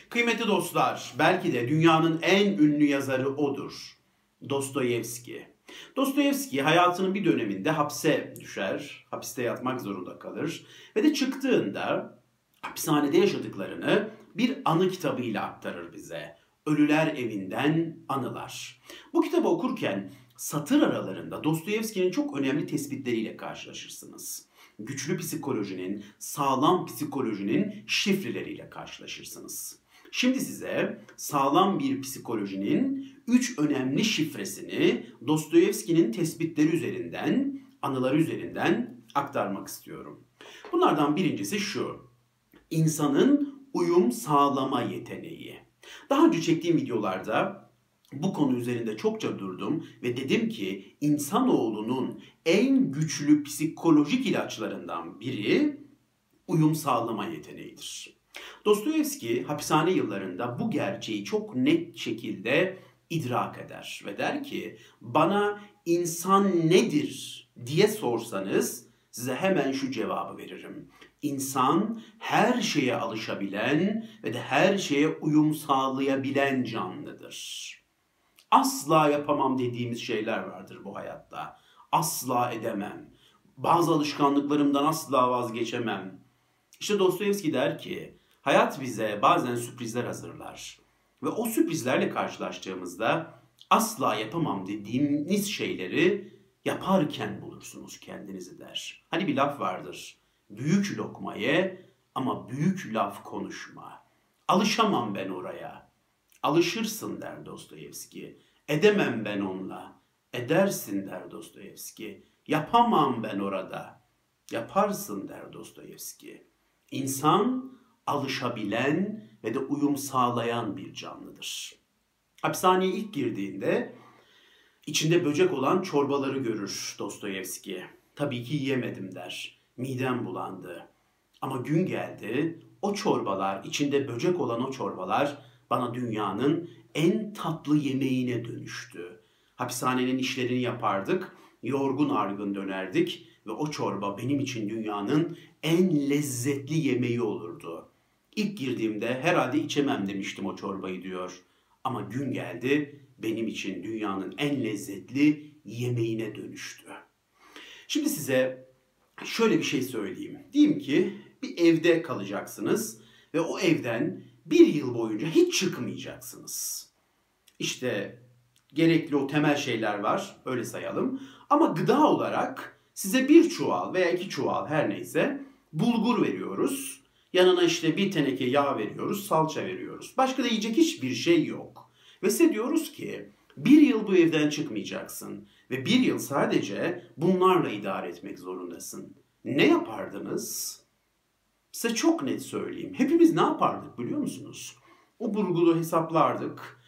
Kıymetli dostlar, belki de dünyanın en ünlü yazarı odur. Dostoyevski. Dostoyevski hayatının bir döneminde hapse düşer, hapiste yatmak zorunda kalır ve de çıktığında hapishanede yaşadıklarını bir anı kitabıyla aktarır bize. Ölüler Evinden Anılar. Bu kitabı okurken satır aralarında Dostoyevski'nin çok önemli tespitleriyle karşılaşırsınız. Güçlü psikolojinin, sağlam psikolojinin şifreleriyle karşılaşırsınız. Şimdi size sağlam bir psikolojinin 3 önemli şifresini Dostoyevski'nin tespitleri üzerinden, anıları üzerinden aktarmak istiyorum. Bunlardan birincisi şu: İnsanın uyum sağlama yeteneği. Daha önce çektiğim videolarda bu konu üzerinde çokça durdum ve dedim ki insanoğlunun en güçlü psikolojik ilaçlarından biri uyum sağlama yeteneğidir. Dostoyevski hapishane yıllarında bu gerçeği çok net şekilde idrak eder ve der ki bana insan nedir diye sorsanız size hemen şu cevabı veririm. İnsan her şeye alışabilen ve de her şeye uyum sağlayabilen canlıdır. Asla yapamam dediğimiz şeyler vardır bu hayatta. Asla edemem. Bazı alışkanlıklarımdan asla vazgeçemem. İşte Dostoyevski der ki hayat bize bazen sürprizler hazırlar. Ve o sürprizlerle karşılaştığımızda asla yapamam dediğiniz şeyleri yaparken bulursunuz kendinizi der. Hani bir laf vardır. Büyük lokma ye ama büyük laf konuşma. Alışamam ben oraya. Alışırsın der Dostoyevski. Edemem ben onunla. Edersin der Dostoyevski. Yapamam ben orada. Yaparsın der Dostoyevski. İnsan alışabilen ve de uyum sağlayan bir canlıdır. Hapishaneye ilk girdiğinde içinde böcek olan çorbaları görür Dostoyevski. Tabii ki yiyemedim der. Midem bulandı. Ama gün geldi, o çorbalar, içinde böcek olan o çorbalar bana dünyanın en tatlı yemeğine dönüştü. Hapishanenin işlerini yapardık, yorgun argın dönerdik ve o çorba benim için dünyanın en lezzetli yemeği olurdu. İlk girdiğimde herhalde içemem demiştim o çorbayı diyor. Ama gün geldi, benim için dünyanın en lezzetli yemeğine dönüştü. Şimdi size şöyle bir şey söyleyeyim. Diyeyim ki bir evde kalacaksınız ve o evden bir yıl boyunca hiç çıkmayacaksınız. İşte gerekli o temel şeyler var, öyle sayalım. Ama gıda olarak size bir çuval veya 2 çuval her neyse bulgur veriyoruz. Yanına işte bir teneke yağ veriyoruz, salça veriyoruz. Başka da yiyecek hiçbir şey yok. Ve size diyoruz ki bir yıl bu evden çıkmayacaksın. Ve bir yıl sadece bunlarla idare etmek zorundasın. Ne yapardınız? Size çok net söyleyeyim. Hepimiz ne yapardık biliyor musunuz? O bulguru hesaplardık.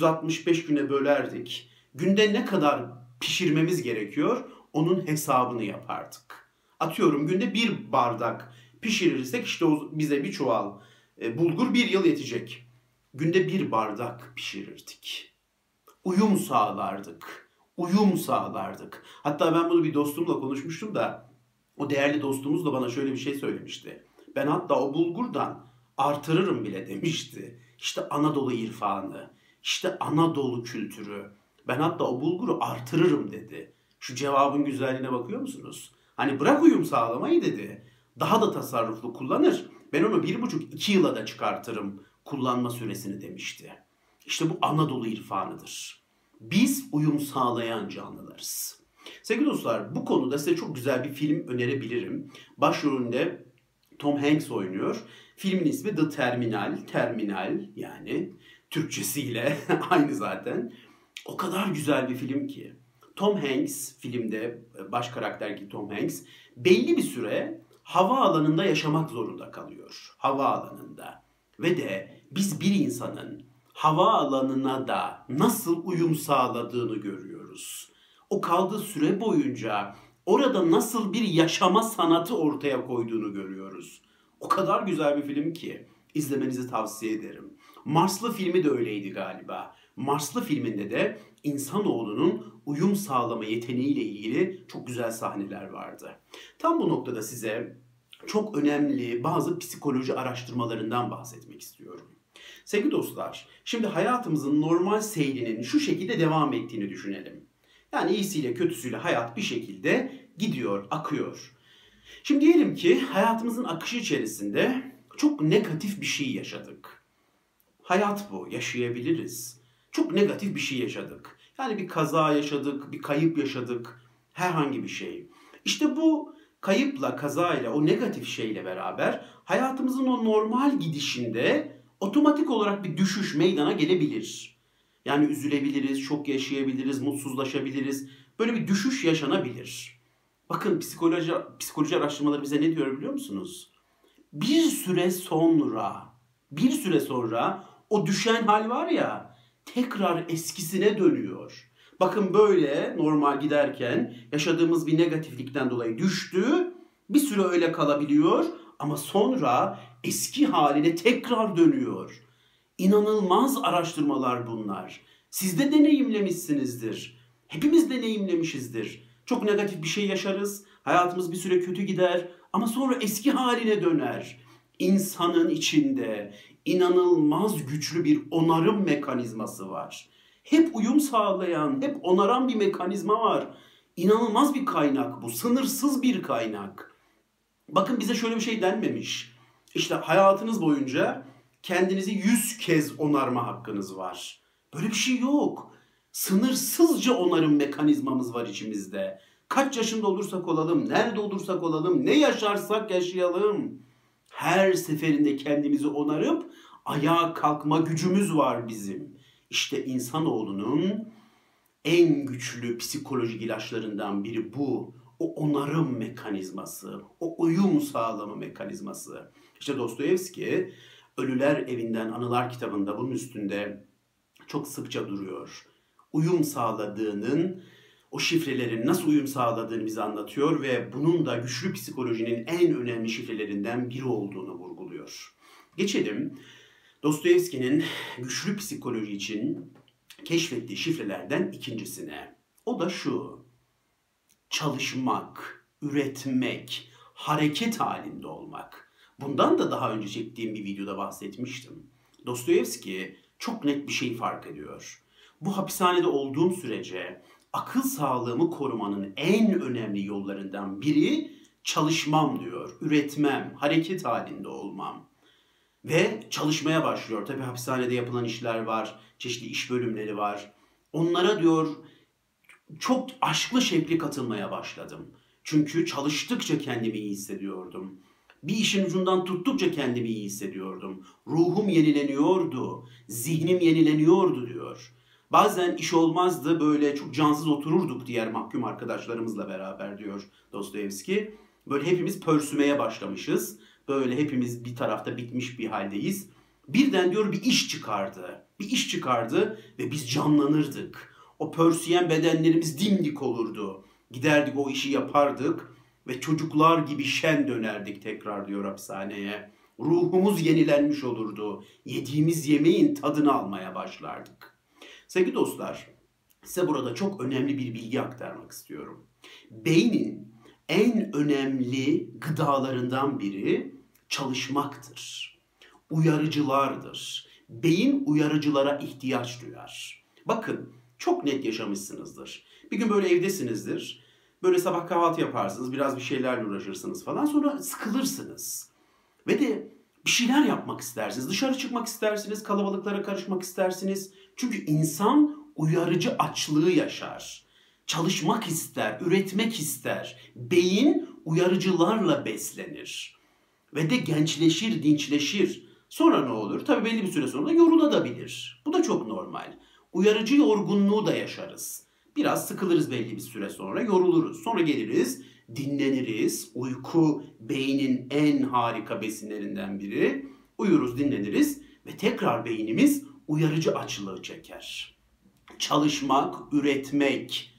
365 güne bölerdik. Günde ne kadar pişirmemiz gerekiyor onun hesabını yapardık. Atıyorum günde 1 bardak pişirirsek işte bize bir çuval bulgur 1 yıl yetecek. Günde 1 bardak pişirirdik. Uyum sağlardık. Uyum sağlardık. Hatta ben bunu bir dostumla konuşmuştum da o değerli dostumuz da bana şöyle bir şey söylemişti. Ben hatta o bulgurdan artırırım bile demişti. İşte Anadolu irfanı, işte Anadolu kültürü. Ben hatta o bulguru artırırım dedi. Şu cevabın güzelliğine bakıyor musunuz? Hani bırak uyum sağlamayı dedi. Daha da tasarruflu kullanır. Ben onu 1,5-2 yıla da çıkartırım kullanma süresini demişti. İşte bu Anadolu irfanıdır. Biz uyum sağlayan canlılarız. Sevgili dostlar, bu konuda size çok güzel bir film önerebilirim. Başrolünde Tom Hanks oynuyor. Filmin ismi The Terminal. Terminal yani Türkçesiyle aynı zaten. O kadar güzel bir film ki. Tom Hanks filmde baş karakterdeki Tom Hanks belli bir süre havaalanında yaşamak zorunda kalıyor. Havaalanında. Ve de biz bir insanın havaalanına da nasıl uyum sağladığını görüyoruz. O kaldığı süre boyunca orada nasıl bir yaşama sanatı ortaya koyduğunu görüyoruz. O kadar güzel bir film ki izlemenizi tavsiye ederim. Marslı filmi de öyleydi galiba. Marslı filminde de insanoğlunun uyum sağlama yeteneğiyle ilgili çok güzel sahneler vardı. Tam bu noktada size çok önemli bazı psikoloji araştırmalarından bahsetmek istiyorum. Sevgili dostlar, şimdi hayatımızın normal seyrinin şu şekilde devam ettiğini düşünelim. Yani iyisiyle kötüsüyle hayat bir şekilde gidiyor, akıyor. Şimdi diyelim ki hayatımızın akışı içerisinde çok negatif bir şey yaşadık. Hayat bu, yaşayabiliriz. Çok negatif bir şey yaşadık. Yani bir kaza yaşadık, bir kayıp yaşadık, herhangi bir şey. İşte bu kayıpla, kazayla, o negatif şeyle beraber hayatımızın o normal gidişinde otomatik olarak bir düşüş meydana gelebilir. Yani üzülebiliriz, şok yaşayabiliriz, mutsuzlaşabiliriz. Böyle bir düşüş yaşanabilir. Bakın psikoloji araştırmaları bize ne diyor biliyor musunuz? Bir süre sonra o düşen hal var ya tekrar eskisine dönüyor. Bakın böyle normal giderken yaşadığımız bir negatiflikten dolayı düştü. Bir süre öyle kalabiliyor ama sonra eski haline tekrar dönüyor. İnanılmaz araştırmalar bunlar. Siz de deneyimlemişsinizdir. Hepimiz deneyimlemişizdir. Çok negatif bir şey yaşarız. Hayatımız bir süre kötü gider ama sonra eski haline döner. İnsanın içinde inanılmaz güçlü bir onarım mekanizması var. Hep uyum sağlayan, hep onaran bir mekanizma var. İnanılmaz bir kaynak bu, sınırsız bir kaynak. Bakın bize şöyle bir şey denmemiş. İşte hayatınız boyunca kendinizi 100 kez onarma hakkınız var. Böyle bir şey yok. Sınırsızca onarım mekanizmamız var içimizde. Kaç yaşında olursak olalım, nerede olursak olalım, ne yaşarsak yaşayalım. Her seferinde kendimizi onarıp ayağa kalkma gücümüz var bizim. İşte insanoğlunun en güçlü psikolojik ilaçlarından biri bu. O onarım mekanizması, o uyum sağlama mekanizması. İşte Dostoyevski Ölüler Evinden Anılar kitabında bunun üstünde çok sıkça duruyor. Uyum sağladığının, o şifrelerin nasıl uyum sağladığını bize anlatıyor ve bunun da güçlü psikolojinin en önemli şifrelerinden biri olduğunu vurguluyor. Geçelim Dostoyevski'nin güçlü psikoloji için keşfettiği şifrelerden ikincisine. O da şu: çalışmak, üretmek, hareket halinde olmak. Bundan da daha önce çektiğim bir videoda bahsetmiştim. Dostoyevski çok net bir şey fark ediyor. Bu hapishanede olduğum sürece akıl sağlığımı korumanın en önemli yollarından biri çalışmam diyor. Üretmem, hareket halinde olmam. Ve çalışmaya başlıyor. Tabii hapishanede yapılan işler var, çeşitli iş bölümleri var. Onlara diyor çok aşklı şevkli katılmaya başladım. Çünkü çalıştıkça kendimi iyi hissediyordum. Bir işin ucundan tuttukça kendimi iyi hissediyordum. Ruhum yenileniyordu, zihnim yenileniyordu diyor. Bazen iş olmazdı, böyle çok cansız otururduk diğer mahkum arkadaşlarımızla beraber diyor Dostoyevski. Böyle hepimiz pörsümeye başlamışız. Böyle hepimiz bir tarafta bitmiş bir haldeyiz. Birden diyor bir iş çıkardı. Bir iş çıkardı ve biz canlanırdık. O pörsüyen bedenlerimiz dimdik olurdu. Giderdik o işi yapardık ve çocuklar gibi şen dönerdik tekrar diyor hapishaneye. Ruhumuz yenilenmiş olurdu. Yediğimiz yemeğin tadını almaya başlardık. Sevgili dostlar, size burada çok önemli bir bilgi aktarmak istiyorum. Beynin en önemli gıdalarından biri çalışmaktır. Uyarıcılardır. Beyin uyarıcılara ihtiyaç duyar. Bakın, çok net yaşamışsınızdır. Bir gün böyle evdesinizdir. Böyle sabah kahvaltı yaparsınız, biraz bir şeylerle uğraşırsınız falan. Sonra sıkılırsınız. Ve de bir şeyler yapmak istersiniz. Dışarı çıkmak istersiniz, kalabalıklara karışmak istersiniz. Çünkü insan uyarıcı açlığı yaşar. Çalışmak ister, üretmek ister. Beyin uyarıcılarla beslenir. Ve de gençleşir, dinçleşir. Sonra ne olur? Tabii belli bir süre sonra yorulabilir. Bu da çok normal. Uyarıcı yorgunluğu da yaşarız. Biraz sıkılırız belli bir süre sonra, yoruluruz. Sonra geliriz, dinleniriz. Uyku beynin en harika besinlerinden biri. Uyuruz, dinleniriz ve tekrar beynimiz uyarıcı açlığı çeker. Çalışmak, üretmek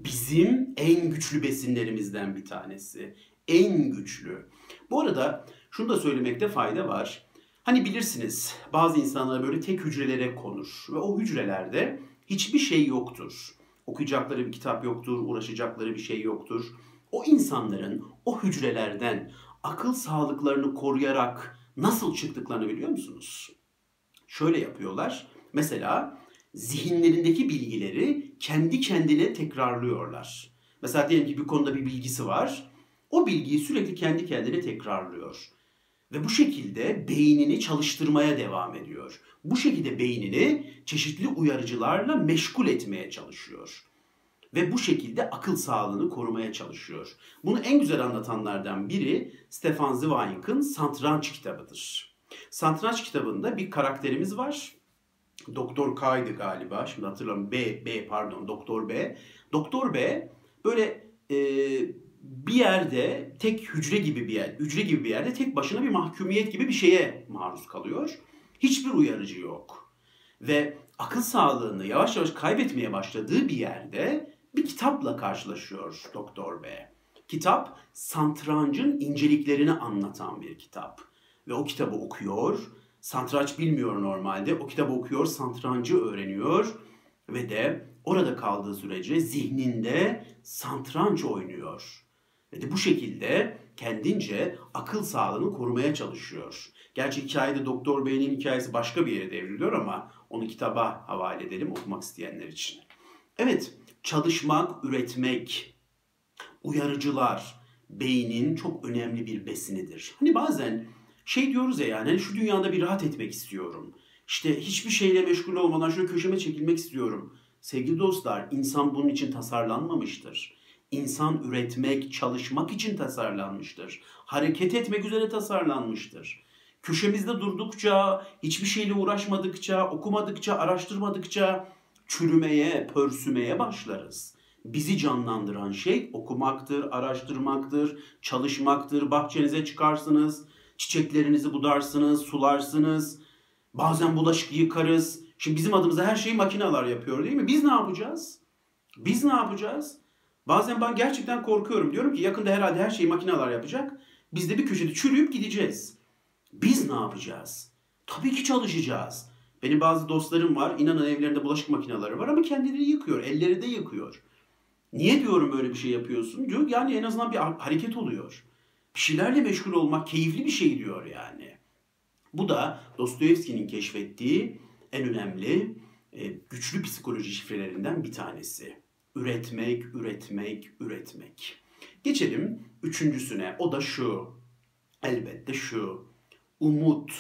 bizim en güçlü besinlerimizden bir tanesi. En güçlü. Bu arada şunu da söylemekte fayda var. Hani bilirsiniz bazı insanlar böyle tek hücrelere konur ve o hücrelerde hiçbir şey yoktur. Okuyacakları bir kitap yoktur, uğraşacakları bir şey yoktur. O insanların o hücrelerden akıl sağlıklarını koruyarak nasıl çıktıklarını biliyor musunuz? şöyle yapıyorlar. Mesela zihinlerindeki bilgileri kendi kendine tekrarlıyorlar. Mesela diyelim ki bir konuda bir bilgisi var. O bilgiyi sürekli kendi kendine tekrarlıyor. Ve bu şekilde beynini çalıştırmaya devam ediyor. Bu şekilde beynini çeşitli uyarıcılarla meşgul etmeye çalışıyor. Ve bu şekilde akıl sağlığını korumaya çalışıyor. Bunu en güzel anlatanlardan biri Stefan Zweig'in Satranç kitabıdır. Satranç kitabında bir karakterimiz var. Doktor K'ydı galiba. Şimdi hatırlamıyorum. Doktor B. Doktor B böyle bir yerde tek hücre gibi bir yerde tek başına bir mahkumiyet gibi bir şeye maruz kalıyor. Hiçbir uyarıcı yok. Ve akıl sağlığını yavaş yavaş kaybetmeye başladığı bir yerde bir kitapla karşılaşıyor Doktor B. Kitap satrancın inceliklerini anlatan bir kitap. Ve o kitabı okuyor. Satranç bilmiyor normalde. O kitabı okuyor, satrancı öğreniyor ve de orada kaldığı sürece zihninde satranç oynuyor. Ve de bu şekilde kendince akıl sağlığını korumaya çalışıyor. Gerçi hikayede Doktor Bey'in hikayesi başka bir yere devriliyor ama onu kitaba havale edelim okumak isteyenler için. Evet, çalışmak, üretmek, uyarıcılar beynin çok önemli bir besinidir. Hani bazen diyoruz ya yani şu dünyada bir rahat etmek istiyorum. İşte hiçbir şeyle meşgul olmadan şöyle köşeme çekilmek istiyorum. Sevgili dostlar, insan bunun için tasarlanmamıştır. İnsan üretmek, çalışmak için tasarlanmıştır. Hareket etmek üzere tasarlanmıştır. Köşemizde durdukça, hiçbir şeyle uğraşmadıkça, okumadıkça, araştırmadıkça çürümeye, pörsümeye başlarız. Bizi canlandıran şey okumaktır, araştırmaktır, çalışmaktır. Bahçenize çıkarsınız, çiçeklerinizi budarsınız, sularsınız. Bazen bulaşık yıkarız. Şimdi bizim adımıza her şeyi makineler yapıyor değil mi? Biz ne yapacağız? Biz ne yapacağız? Bazen ben gerçekten korkuyorum. Diyorum ki yakında herhalde her şeyi makineler yapacak. Biz de bir köşede çürüyüp gideceğiz. Biz ne yapacağız? Tabii ki çalışacağız. Benim bazı dostlarım var. İnanın evlerinde bulaşık makineleri var ama kendileri yıkıyor. Elleri de yıkıyor. Niye diyorum böyle bir şey yapıyorsun? Diyor yani en azından bir hareket oluyor. Bir şeylerle meşgul olmak keyifli bir şey diyor yani. Bu da Dostoyevski'nin keşfettiği en önemli güçlü psikoloji şifrelerinden bir tanesi. Üretmek, üretmek, üretmek. Geçelim üçüncüsüne. O da şu. Elbette şu. Umut.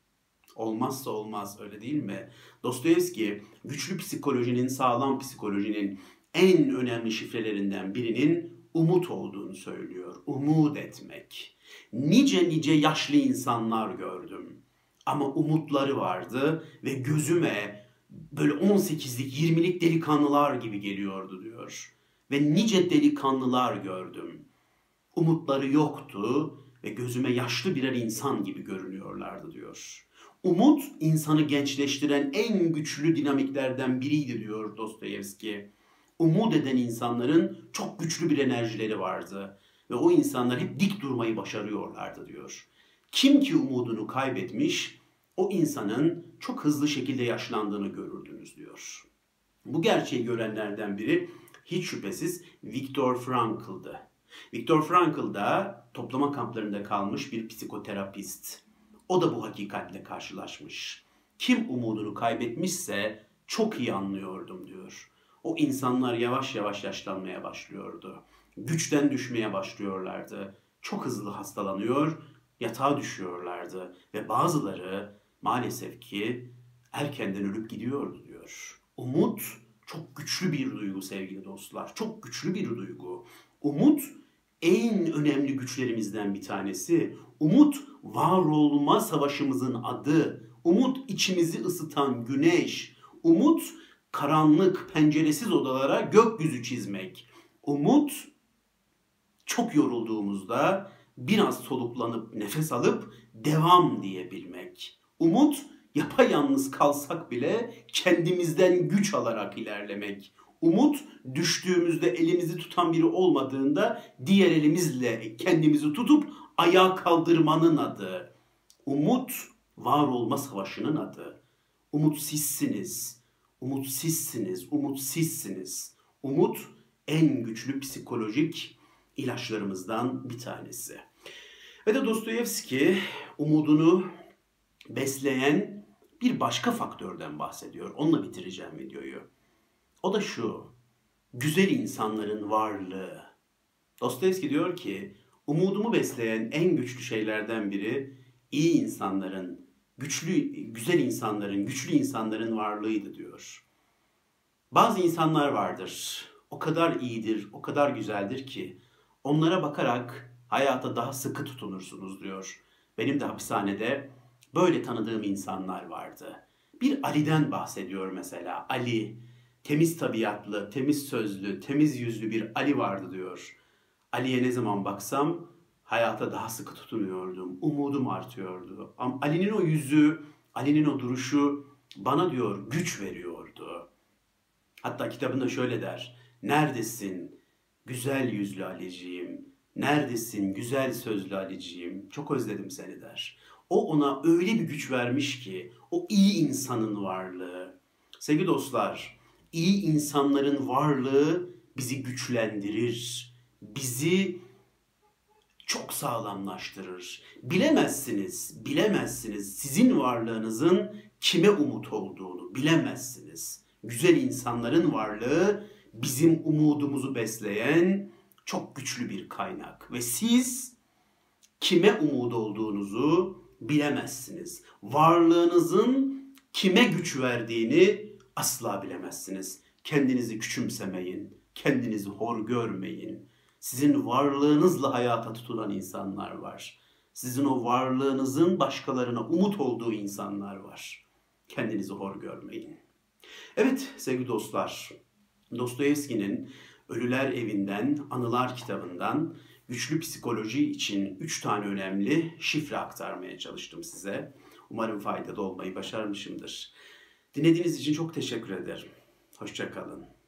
Olmazsa olmaz öyle değil mi? Dostoyevski güçlü psikolojinin, sağlam psikolojinin en önemli şifrelerinden birinin umut olduğunu söylüyor. Umut etmek. Nice yaşlı insanlar gördüm. Ama umutları vardı ve gözüme böyle 18'lik 20'lik delikanlılar gibi geliyordu diyor. Ve nice delikanlılar gördüm. Umutları yoktu ve gözüme yaşlı birer insan gibi görünüyorlardı diyor. Umut insanı gençleştiren en güçlü dinamiklerden biriydi diyor Dostoyevski. Umut eden insanların çok güçlü bir enerjileri vardı ve o insanlar hep dik durmayı başarıyorlardı diyor. Kim ki umudunu kaybetmiş, o insanın çok hızlı şekilde yaşlandığını görürdünüz diyor. Bu gerçeği görenlerden biri hiç şüphesiz Viktor Frankl'dı. Viktor Frankl da toplama kamplarında kalmış bir psikoterapist. O da bu hakikatle karşılaşmış. Kim umudunu kaybetmişse çok iyi anlıyordum diyor. O insanlar yavaş yavaş yaşlanmaya başlıyordu. Güçten düşmeye başlıyorlardı. Çok hızlı hastalanıyor, yatağa düşüyorlardı. Ve bazıları maalesef ki erkenden ölüp gidiyordu diyor. Umut çok güçlü bir duygu sevgili dostlar. Çok güçlü bir duygu. Umut en önemli güçlerimizden bir tanesi. Umut var olma savaşımızın adı. Umut içimizi ısıtan güneş. Umut karanlık penceresiz odalara gökyüzü çizmek. Umut çok yorulduğumuzda biraz soluklanıp nefes alıp devam diyebilmek. Umut yapayalnız kalsak bile kendimizden güç alarak ilerlemek. Umut düştüğümüzde elimizi tutan biri olmadığında diğer elimizle kendimizi tutup ayağa kaldırmanın adı. Umut var olma savaşının adı. Umut sizsiniz. Umut sizsiniz. Umut sizsiniz. Umut en güçlü psikolojik ilaçlarımızdan bir tanesi. Ve de Dostoyevski umudunu besleyen bir başka faktörden bahsediyor. Onunla bitireceğim videoyu. O da şu: güzel insanların varlığı. Dostoyevski diyor ki, umudumu besleyen en güçlü şeylerden biri iyi insanların, güzel insanların, güçlü insanların varlığıydı diyor. Bazı insanlar vardır, o kadar iyidir, o kadar güzeldir ki onlara bakarak hayata daha sıkı tutunursunuz diyor. Benim de hapishanede böyle tanıdığım insanlar vardı. Bir Ali'den bahsediyor mesela. Ali, temiz tabiatlı, temiz sözlü, temiz yüzlü bir Ali vardı diyor. Ali'ye ne zaman baksam hayata daha sıkı tutunuyordum, umudum artıyordu. Ama Ali'nin o yüzü, Ali'nin o duruşu bana diyor güç veriyordu. Hatta kitabında şöyle der: neredesin güzel yüzlü Aliciğim, neredesin güzel sözlü Aliciğim, çok özledim seni der. O ona öyle bir güç vermiş ki, o iyi insanın varlığı. Sevgili dostlar, iyi insanların varlığı bizi güçlendirir, bizi çok sağlamlaştırır. Bilemezsiniz, bilemezsiniz sizin varlığınızın kime umut olduğunu bilemezsiniz. Güzel insanların varlığı bizim umudumuzu besleyen çok güçlü bir kaynak. Ve siz kime umut olduğunuzu bilemezsiniz. Varlığınızın kime güç verdiğini asla bilemezsiniz. Kendinizi küçümsemeyin, kendinizi hor görmeyin. Sizin varlığınızla hayata tutulan insanlar var. Sizin o varlığınızın başkalarına umut olduğu insanlar var. Kendinizi hor görmeyin. Evet sevgili dostlar, Dostoyevski'nin Ölüler Evi'nden, Anılar kitabından güçlü psikoloji için 3 tane önemli şifre aktarmaya çalıştım size. Umarım faydalı olmayı başarmışımdır. Dinlediğiniz için çok teşekkür ederim. Hoşça kalın.